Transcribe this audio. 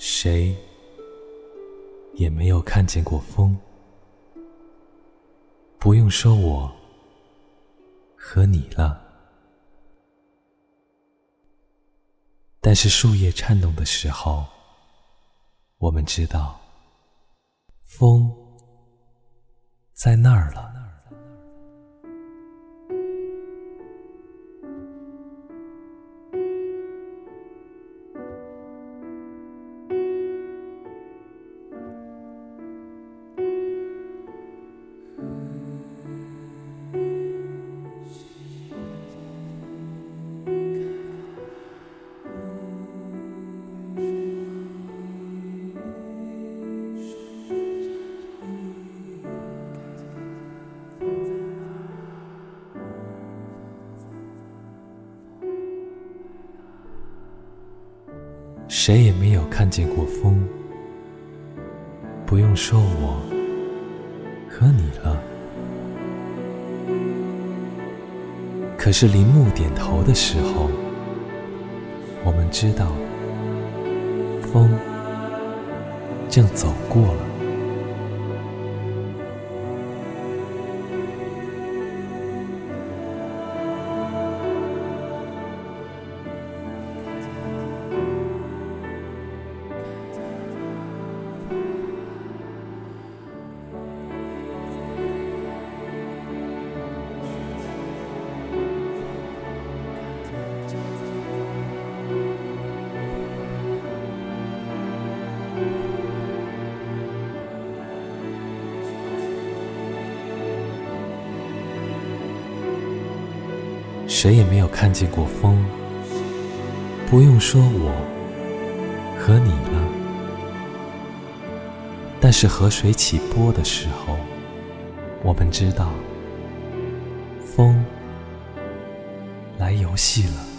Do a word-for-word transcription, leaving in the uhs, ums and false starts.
谁也没有看见过风，不用说我和你了。但是树叶颤动的时候，我们知道风在那儿了。谁也没有看见过风，不用说我和你了。可是林木点头的时候，我们知道风正走过了。谁也没有看见过风，不用说我和你了。但是河水起波的时候，我们知道风来游戏了。